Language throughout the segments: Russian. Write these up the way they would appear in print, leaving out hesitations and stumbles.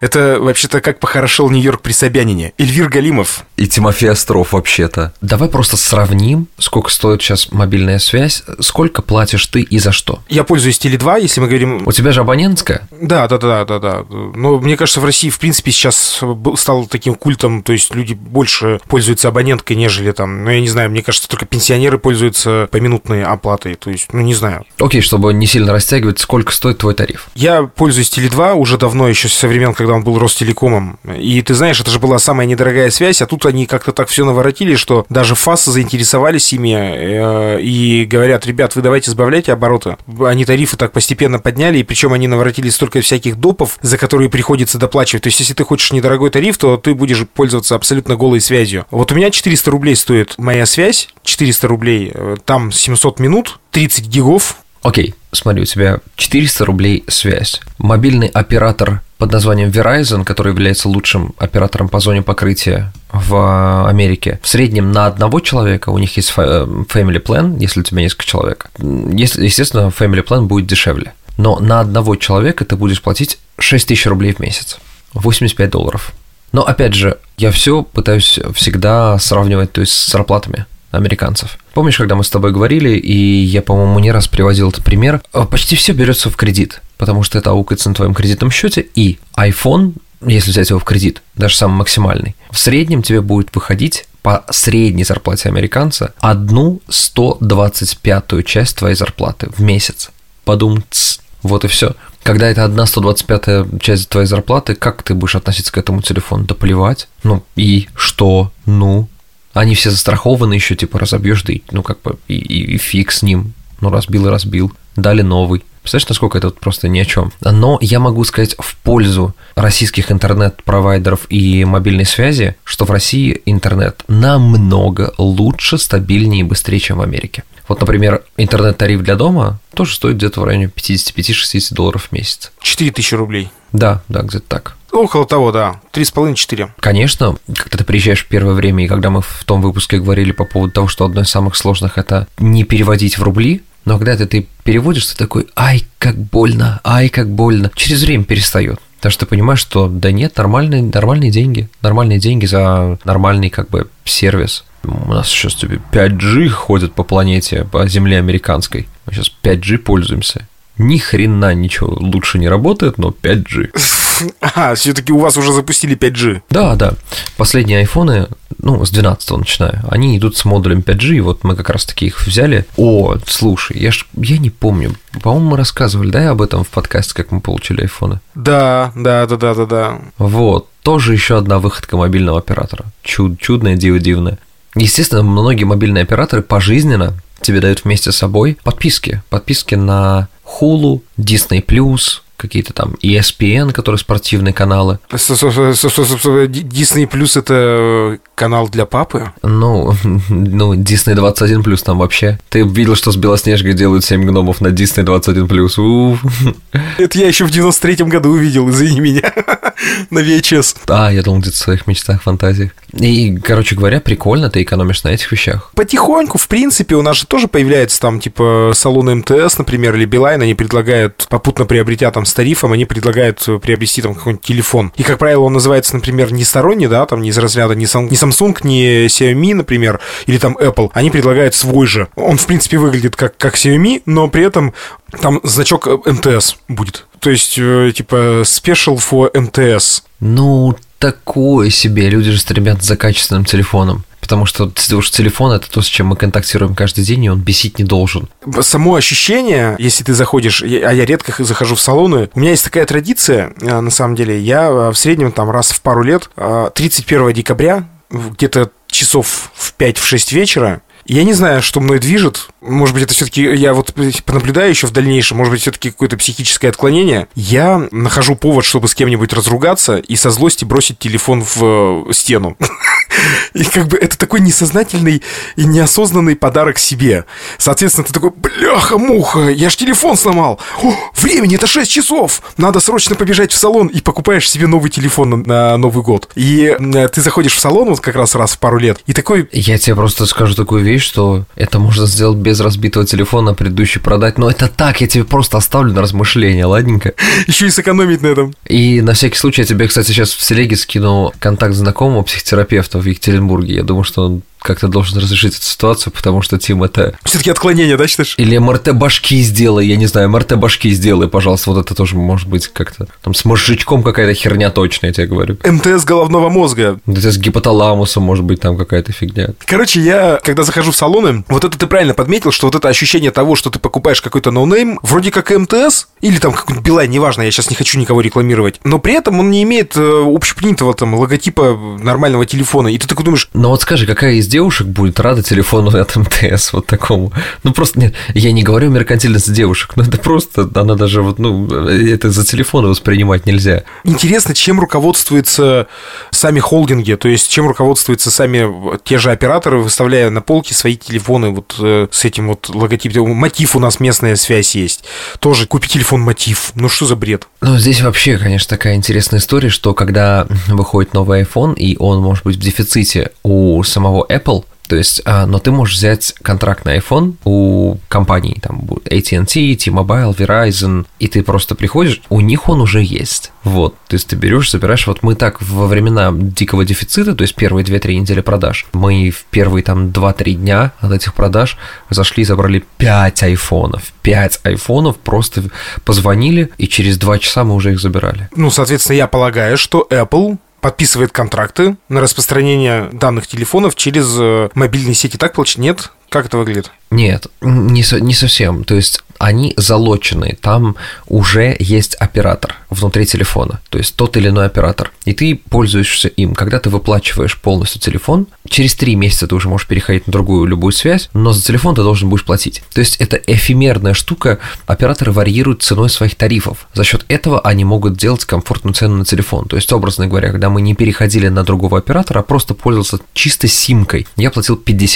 Это вообще-то как похорошел Нью-Йорк при Собянине. Эльвир Галимов. И Тимофей Остров вообще-то. Давай просто сравним, сколько стоит сейчас мобильная связь, сколько платишь ты и за что. Я пользуюсь Теле2, если мы говорим... У тебя же абонентская? Да. Но мне кажется, в России, в принципе, сейчас стал таким культом, то есть люди больше пользуются абоненткой, нежели там... Ну, я не знаю, мне кажется, только пенсионеры пользуются поминутной оплатой, то есть, не знаю. Окей, чтобы не сильно растягивать, сколько стоит твой тариф? Я пользуюсь Теле2 уже давно, еще со времен, когда он был Ростелекомом. И ты знаешь, это же была самая недорогая связь, а тут они как-то так все наворотили, что даже ФАС заинтересовались ими и говорят: ребят, вы давайте сбавляйте обороты. Они тарифы так постепенно подняли, и причем они наворотили столько всяких допов, за которые приходится доплачивать. То есть, если ты хочешь недорогой тариф, то ты будешь пользоваться абсолютно голой связью. Вот у меня 400 рублей стоит моя связь, 400 рублей, там 700 минут, 30 гигов. Окей, смотри, у тебя 400 рублей связь. Мобильный оператор под названием Verizon, который является лучшим оператором по зоне покрытия в Америке, в среднем на одного человека, у них есть Family Plan, если у тебя несколько человек. Естественно, Family Plan будет дешевле. Но на одного человека ты будешь платить 6 тысяч рублей в месяц, $85. Но, опять же, я все пытаюсь всегда сравнивать, то есть с зарплатами американцев. Помнишь, когда мы с тобой говорили, и я, по-моему, не раз приводил этот пример, почти все берется в кредит, потому что это аукается на твоем кредитном счете, и iPhone, если взять его в кредит, даже самый максимальный, в среднем тебе будет выходить по средней зарплате американца 1/125 часть твоей зарплаты в месяц. Подумать, вот и все. Когда это 1/125 часть твоей зарплаты, как ты будешь относиться к этому телефону? Да плевать. Ну и что? Ну, они все застрахованы еще, типа, разобьешь, да и, ну, как бы, и фиг с ним. Ну, разбил и разбил. Дали новый. Представляешь, насколько это просто ни о чем. Но я могу сказать в пользу российских интернет-провайдеров и мобильной связи, что в России интернет намного лучше, стабильнее и быстрее, чем в Америке. Вот, например, интернет-тариф для дома тоже стоит где-то в районе $55-60 в месяц. 4000 рублей. Да, где-то так. Около того, да. 3,5-4. Конечно, когда ты приезжаешь в первое время, и когда мы в том выпуске говорили по поводу того, что одно из самых сложных – это не переводить в рубли, но когда ты переводишь, ты такой: ай, как больно, Через время перестает. Потому что ты понимаешь, что да нет, нормальные деньги за нормальный как бы сервис. У нас сейчас 5G ходит по планете, по земле американской. Мы сейчас 5G пользуемся. Ни хрена ничего лучше не работает, но 5G. Все-таки у вас уже запустили 5G. Да. Последние айфоны, с 12-го начиная, они идут с модулем 5G, и вот мы как раз-таки их взяли. О, слушай, я не помню, по-моему, мы рассказывали, да, об этом в подкасте, как мы получили айфоны? Да. Вот, тоже еще одна выходка мобильного оператора. Чудная, дивная. Естественно, многие мобильные операторы пожизненно тебе дают вместе с собой подписки на Hulu, Disney+, какие-то там ESPN, которые спортивные каналы. Disney Plus это канал для папы? Ну, Disney 21+, там вообще. Ты видел, что с Белоснежкой делают 7 гномов на Disney 21+? Это я еще в 93-м году увидел, извини меня, на VHS. Да, я думал, где-то в своих мечтах, фантазиях. И, короче говоря, прикольно, ты экономишь на этих вещах. Потихоньку, в принципе, у нас же тоже появляется там, типа, салоны МТС, например, или Билайн, они предлагают, попутно приобретя там с тарифом, они предлагают приобрести там какой-нибудь телефон. И, как правило, он называется, например, не сторонний, да, там не из разряда ни Samsung, ни Xiaomi, например, или там Apple. Они предлагают свой же. Он, в принципе, выглядит как Xiaomi, но при этом там значок МТС будет. То есть, типа, Special for МТС. Ну, такое себе. Люди же стремятся за качественным телефоном. Потому что уж телефон – это то, с чем мы контактируем каждый день, и он бесить не должен. Само ощущение, если ты заходишь, а я редко захожу в салоны, у меня есть такая традиция, на самом деле, я в среднем там раз в пару лет, 31 декабря, где-то часов в 5-6 вечера, я не знаю, что мной движет. Может быть, это все-таки, я вот понаблюдаю еще в дальнейшем, может быть, все-таки какое-то психическое отклонение. Я нахожу повод, чтобы с кем-нибудь разругаться и со злости бросить телефон в стену. И как бы это такой несознательный и неосознанный подарок себе. Соответственно, ты такой: бляха-муха, я ж телефон сломал. Времени, это 6 часов. Надо срочно побежать в салон, и покупаешь себе новый телефон на Новый год. И ты заходишь в салон вот как раз в пару лет, и такой... Я тебе просто скажу такую вещь, вещь, что это можно сделать без разбитого телефона, предыдущий продать. Но это так, я тебе просто оставлю на размышление, ладненько? Еще и сэкономить на этом. И на всякий случай я тебе, кстати, сейчас в телеге скину контакт знакомого психотерапевта в Екатеринбурге. Я думаю, что он как-то должен разрешить эту ситуацию, потому что, Тим, это... Все-таки отклонение, да, считаешь? Или МРТ башки сделай, я не знаю, МРТ башки сделай, пожалуйста, вот это тоже может быть как-то... Там с мозжечком какая-то херня точно, я тебе говорю. МТС головного мозга. МТС гипоталамусом, может быть, там какая-то фигня. Короче, я, когда захожу в салоны, вот это ты правильно подметил, что вот это ощущение того, что ты покупаешь какой-то ноунейм, вроде как МТС, или там какой-нибудь Билайн, неважно, я сейчас не хочу никого рекламировать, но при этом он не имеет общепринятого там логотипа нормального телефона, и ты такой думаешь... Но вот скажи, какая из девушек будет рада телефону от МТС вот такому? Ну, просто нет, я не говорю меркантильность девушек, но это просто, она даже вот, ну, это за телефоны воспринимать нельзя. Интересно, чем руководствуются сами холдинги, то есть чем руководствуются сами те же операторы, выставляя на полке свои телефоны вот с этим вот логотипом. Мотив у нас местная связь есть. Тоже купи телефон Мотив. Ну что за бред? Ну, здесь вообще, конечно, такая интересная история, что когда выходит новый iPhone, и он может быть в дефиците у самого Apple, то есть, но ты можешь взять контракт на iPhone у компаний, там, AT&T, T-Mobile, Verizon, и ты просто приходишь, у них он уже есть. Вот, то есть ты берешь, забираешь, вот мы так во времена дикого дефицита, то есть первые 2-3 недели продаж, мы в первые там 2-3 дня от этих продаж зашли и забрали 5 айфонов. 5 айфонов, просто позвонили, и через 2 часа мы уже их забирали. Ну, соответственно, я полагаю, что Apple подписывает контракты на распространение данных телефонов через мобильные сети. Так получается? Нет? Как это выглядит? Нет, не совсем. То есть они залочены, там уже есть оператор внутри телефона, то есть тот или иной оператор, и ты пользуешься им. Когда ты выплачиваешь полностью телефон, через 3 месяца ты уже можешь переходить на другую любую связь, но за телефон ты должен будешь платить. То есть это эфемерная штука, операторы варьируют ценой своих тарифов. За счет этого они могут делать комфортную цену на телефон. То есть, образно говоря, когда мы не переходили на другого оператора, а просто пользовался чисто симкой, я платил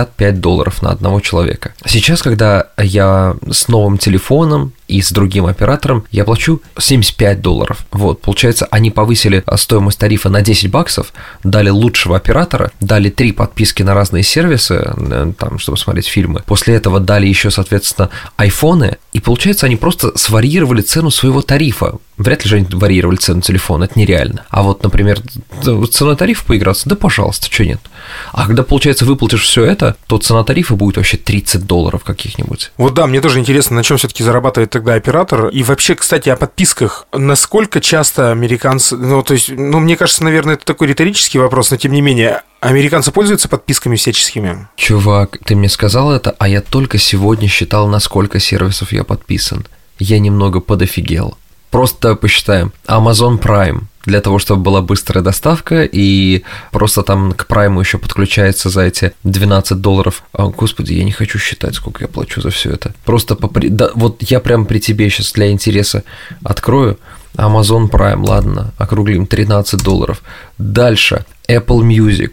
$55 на одного человека. Сейчас, когда я с новым телефоном и с другим оператором, я плачу $75. Вот, получается, они повысили стоимость тарифа на $10, дали лучшего оператора, дали 3 подписки на разные сервисы, там, чтобы смотреть фильмы. После этого дали еще, соответственно, айфоны, и получается, они просто сварьировали цену своего тарифа. Вряд ли же они варьировали цену телефона, это нереально. А вот, например, ценой тарифа поиграться, да пожалуйста, что нет. А когда, получается, выплатишь все это, то цена тарифа будет вообще $30 каких-нибудь. Вот да, мне тоже интересно, на чем все-таки зарабатывает тогда оператор. И вообще, кстати, о подписках. Насколько часто американцы... Ну, то есть, мне кажется, наверное, это такой риторический вопрос, но тем не менее, американцы пользуются подписками всяческими? Чувак, ты мне сказал это, а я только сегодня считал, на сколько сервисов я подписан. Я немного подофигел. Просто посчитаем. Amazon Prime. Для того, чтобы была быстрая доставка, и просто там к Prime еще подключается за эти $12. Господи, я не хочу считать, сколько я плачу за все это. Просто да, вот я прям при тебе сейчас для интереса открою. Amazon Prime, ладно, округлим, $13. Дальше Apple Music,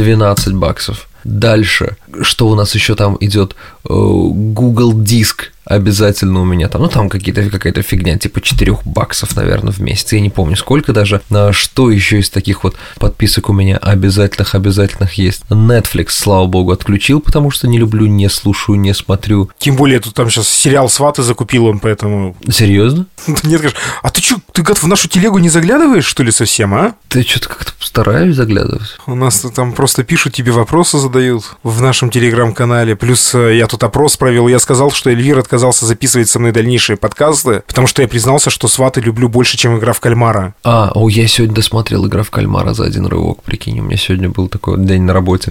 $12. Дальше, что у нас еще там идет? Google Диск обязательно у меня там, ну там какая-то фигня, типа $4, наверное, в месяц, я не помню сколько даже. Что еще из таких вот подписок у меня обязательных есть? Netflix, слава богу, отключил, потому что не люблю, не слушаю, не смотрю. Тем более, тут там сейчас сериал «Сваты» закупил он, поэтому... Серьезно? Нет, конечно. А ты что, ты, гад, в нашу телегу не заглядываешь, что ли, совсем, а? Ты что-то как-то стараюсь заглядывать. У нас там просто пишут, тебе вопросы задают в нашем телеграм-канале. Плюс я тут опрос провел, я сказал, что Эльвир отказался записывать со мной дальнейшие подкасты, потому что я признался, что «Сваты» люблю больше, чем «Игра в кальмара». Я сегодня досмотрел «Игра в кальмара» за один рывок, прикинь, у меня сегодня был такой вот день на работе.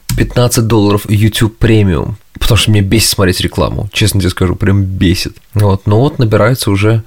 $15 YouTube премиум, потому что мне бесит смотреть рекламу, честно тебе скажу, прям бесит. Вот, но вот набирается уже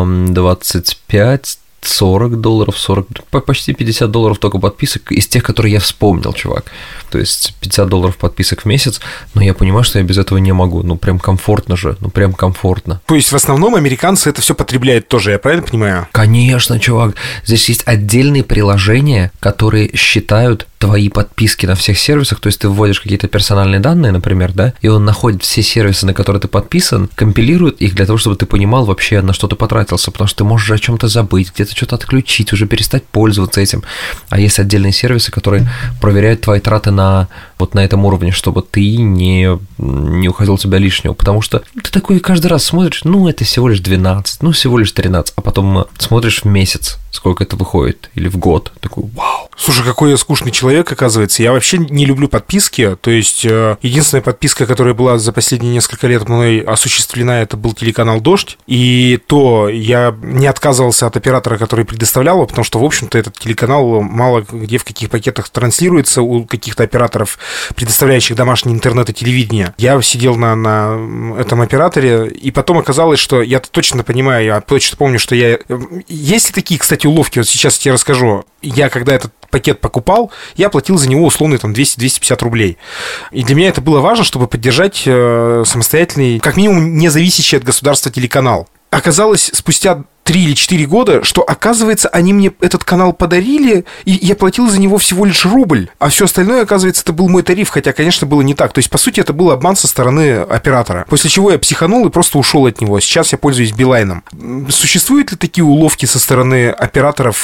$25, $40, 40, почти $50 только подписок из тех, которые я вспомнил, чувак. То есть $50 подписок в месяц, но я понимаю, что я без этого не могу. Ну, прям комфортно же, прям комфортно. То есть, в основном, американцы это все потребляют тоже, я правильно понимаю? Конечно, чувак. Здесь есть отдельные приложения, которые считают твои подписки на всех сервисах, то есть ты вводишь какие-то персональные данные, например, да, и он находит все сервисы, на которые ты подписан, компилирует их для того, чтобы ты понимал вообще, на что ты потратился, потому что ты можешь о чем-то забыть, где-то что-то отключить, уже перестать пользоваться этим. А есть отдельные сервисы, которые проверяют твои траты на вот на этом уровне, чтобы ты не уходил у тебя лишнего, потому что ты такой каждый раз смотришь, ну, это всего лишь 12, ну, всего лишь 13, а потом смотришь в месяц, сколько это выходит, или в год, такой, вау. Слушай, какой я скучный человек, оказывается. Я вообще не люблю подписки, то есть единственная подписка, которая была за последние несколько лет мной осуществлена, это был телеканал «Дождь», и то я не отказывался от оператора, который предоставлял его, потому что, в общем-то, этот телеканал мало где в каких пакетах транслируется у каких-то операторов, предоставляющих домашний интернет и телевидение. Я сидел на этом операторе, и потом оказалось, что я точно понимаю, я точно помню, что есть ли такие, кстати, уловки, вот сейчас я тебе расскажу. Я, когда этот пакет покупал, я платил за него условно там 200-250 рублей. И для меня это было важно, чтобы поддержать самостоятельный, как минимум, независящий от государства телеканал. Оказалось, спустя 3 или 4 года, что, оказывается, они мне этот канал подарили, и я платил за него всего лишь рубль, а все остальное, оказывается, это был мой тариф, хотя, конечно, было не так. То есть, по сути, это был обман со стороны оператора. После чего я психанул и просто ушел от него. Сейчас я пользуюсь Билайном. Существуют ли такие уловки со стороны операторов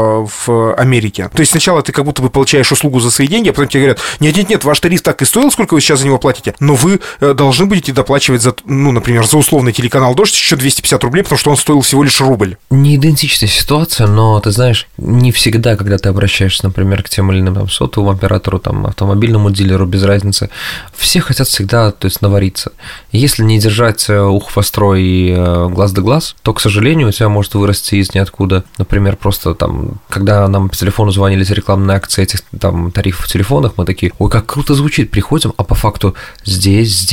в Америке? То есть, сначала ты как будто бы получаешь услугу за свои деньги, а потом тебе говорят, нет, ваш тариф так и стоил, сколько вы сейчас за него платите, но вы должны будете доплачивать за, ну, например, за условный телеканал «Дождь» еще 250 рублей, потому что он стоил всего лишь рубль. Не идентичная ситуация, но ты знаешь, не всегда, когда ты обращаешься, например, к тем или иным там, сотовому оператору, там, автомобильному дилеру, без разницы, все хотят всегда, то есть, навариться. Если не держать ухо востро и глаз да глаз, то, к сожалению, у тебя может вырасти из ниоткуда, например, просто там, когда нам по телефону звонили за рекламные акции этих там тарифов в телефонах, мы такие, ой, как круто звучит, приходим, а по факту здесь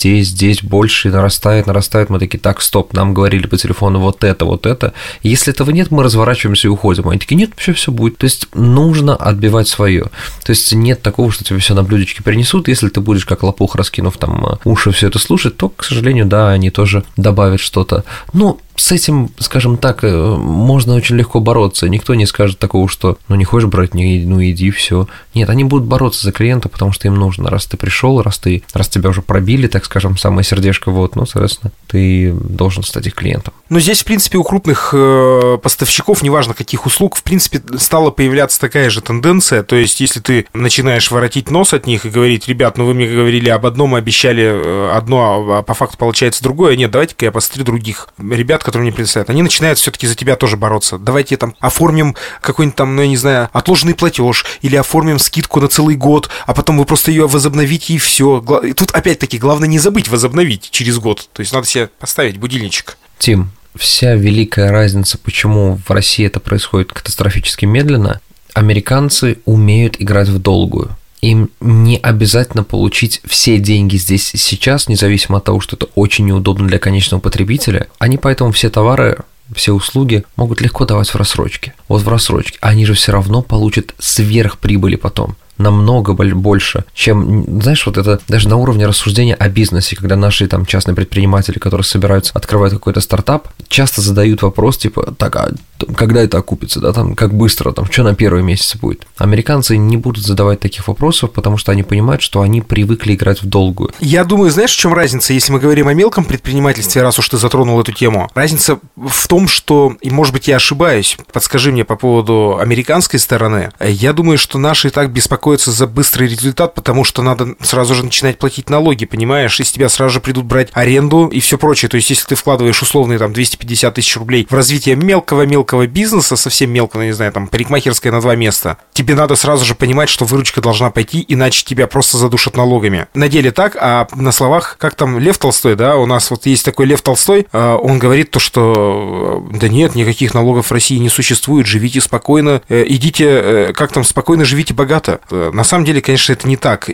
больше нарастает, мы такие, так, стоп, нам говорили по телефону вот это. Если этого нет, мы разворачиваемся и уходим. Они такие, нет, все будет. То есть нужно отбивать свое. То есть нет такого, что тебе все на блюдечке принесут. Если ты будешь как лопух, раскинув там уши, все это слушать, то, к сожалению, да, они тоже добавят что-то. Ну, с этим, скажем так, можно очень легко бороться. Никто не скажет такого, что ну не хочешь брать, ну иди, все. Нет, они будут бороться за клиента, потому что им нужно. Раз ты пришел, раз тебя уже пробили, так скажем, самое сердечко, вот, ну, соответственно, ты должен стать их клиентом. Но здесь, в принципе, у крупных поставщиков, неважно каких услуг, в принципе, стала появляться такая же тенденция. То есть, если ты начинаешь воротить нос от них и говорить, ребят, ну вы мне говорили об одном, обещали одно, а по факту получается другое. Нет, давайте-ка я посмотрю других ребят, которые мне предоставляют. Они начинают все-таки за тебя тоже бороться. Давайте там оформим какой-нибудь там, ну я не знаю, отложенный платеж или оформим скидку на целый год, а потом вы просто ее возобновите и все. И тут опять-таки главное не забыть возобновить через год. То есть надо себе поставить будильничек. Тим, вся великая разница, почему в России это происходит катастрофически медленно, американцы умеют играть в долгую. Им не обязательно получить все деньги здесь и сейчас, независимо от того, что это очень неудобно для конечного потребителя. Они поэтому все товары, все услуги могут легко давать в рассрочке. Вот в рассрочке. Они же все равно получат сверхприбыли потом. Намного больше, чем, знаешь, вот это даже на уровне рассуждения о бизнесе, когда наши там частные предприниматели, которые собираются открывать какой-то стартап, часто задают вопрос типа, так, а когда это окупится, да, там, как быстро, там, что на первый месяц будет. Американцы не будут задавать таких вопросов, потому что они понимают, что они привыкли играть в долгую. Я думаю, знаешь, в чем разница, если мы говорим о мелком предпринимательстве, раз уж ты затронул эту тему? Разница в том, что, и может быть я ошибаюсь, подскажи мне по поводу американской стороны, я думаю, что наши и так беспокоятся за быстрый результат, потому что надо сразу же начинать платить налоги, понимаешь? Из тебя сразу же придут брать аренду и все прочее. То есть, если ты вкладываешь условные там 250 тысяч рублей в развитие мелкого бизнеса, совсем мелкого, не знаю, там парикмахерская на 2 места, тебе надо сразу же понимать, что выручка должна пойти, иначе тебя просто задушат налогами. На деле так, а на словах, как там Лев Толстой, да, у нас вот есть такой Лев Толстой, он говорит то, что да нет, никаких налогов в России не существует, живите спокойно, идите, как там, спокойно живите богато. На самом деле, конечно, это не так.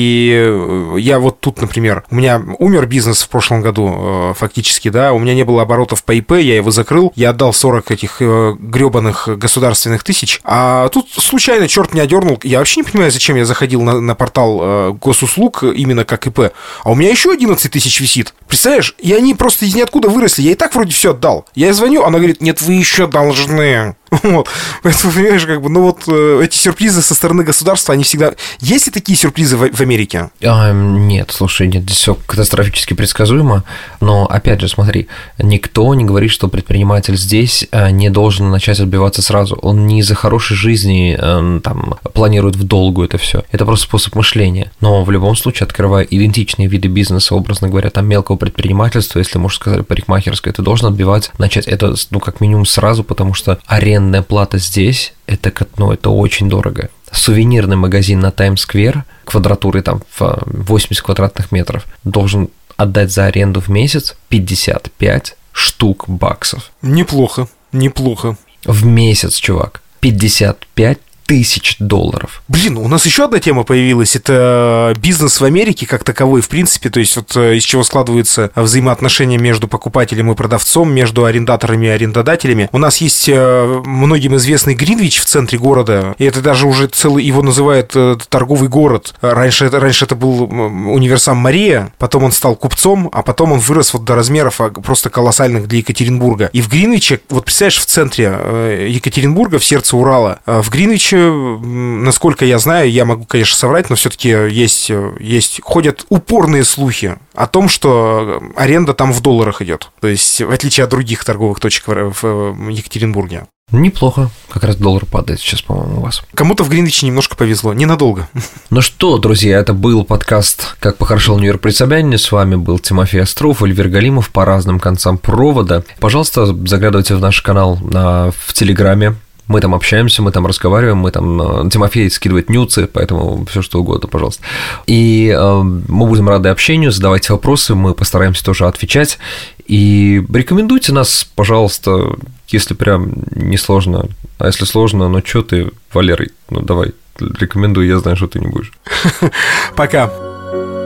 И я вот тут, например, у меня умер бизнес в прошлом году фактически, да, у меня не было оборотов по ИП, я его закрыл, я отдал 40 этих гребаных государственных тысяч, а тут случайно черт меня дернул. Я вообще не понимаю, зачем я заходил на портал госуслуг именно как ИП, а у меня еще 11 тысяч висит. Представляешь? И они просто из ниоткуда выросли, я и так вроде все отдал. Я ей звоню, она говорит, нет, вы еще должны. Вот. Поэтому, понимаешь, как бы, ну вот эти сюрпризы со стороны государства, они всегда... Есть ли такие сюрпризы в Америке? Нет, слушай, нет, здесь все катастрофически предсказуемо, но, опять же, смотри, никто не говорит, что предприниматель здесь не должен начать отбиваться сразу. Он не из-за хорошей жизни там планирует в долгу это все. Это просто способ мышления. Но в любом случае, открывая идентичные виды бизнеса, образно говоря, там мелкого предпринимательства, если, можно сказать, парикмахерское, ты должен отбивать, начать это, ну, как минимум сразу, потому что арендная плата здесь, это очень дорого. Сувенирный магазин на Таймс-сквер, квадратуры там в 80 квадратных метров, должен отдать за аренду в месяц 55 штук баксов. Неплохо. В месяц, чувак. 55 тысяч долларов. Блин, у нас еще одна тема появилась. Это бизнес в Америке как таковой, в принципе. То есть вот из чего складываются взаимоотношения между покупателем и продавцом, между арендаторами и арендодателями. У нас есть многим известный Гринвич в центре города. И это даже уже целый, его называют торговый город. Раньше это был универсам Мария, потом он стал купцом, а потом он вырос вот до размеров просто колоссальных для Екатеринбурга. И в Гринвиче, вот представляешь, в центре Екатеринбурга, в сердце Урала, в Гринвиче, насколько я знаю, я могу, конечно, соврать, но все-таки ходят упорные слухи о том, что аренда там в долларах идет. То есть, в отличие от других торговых точек в Екатеринбурге. Неплохо. Как раз доллар падает сейчас, по-моему, у вас. Кому-то в Гринвиче немножко повезло. Ненадолго. Ну что, друзья, это был подкаст «Как похорошел Нью-Йорк при Собянине». С вами был Тимофей Остров, Эльвир Галимов по разным концам провода. Пожалуйста, заглядывайте в наш канал в Телеграме. Мы там общаемся, мы там разговариваем, мы там... Тимофей скидывает нюцы, поэтому все что угодно, пожалуйста. И мы будем рады общению, задавайте вопросы, мы постараемся тоже отвечать. И рекомендуйте нас, пожалуйста, если прям не сложно. А если сложно, ну что ты, Валерий, ну давай, рекомендуй, я знаю, что ты не будешь. Пока.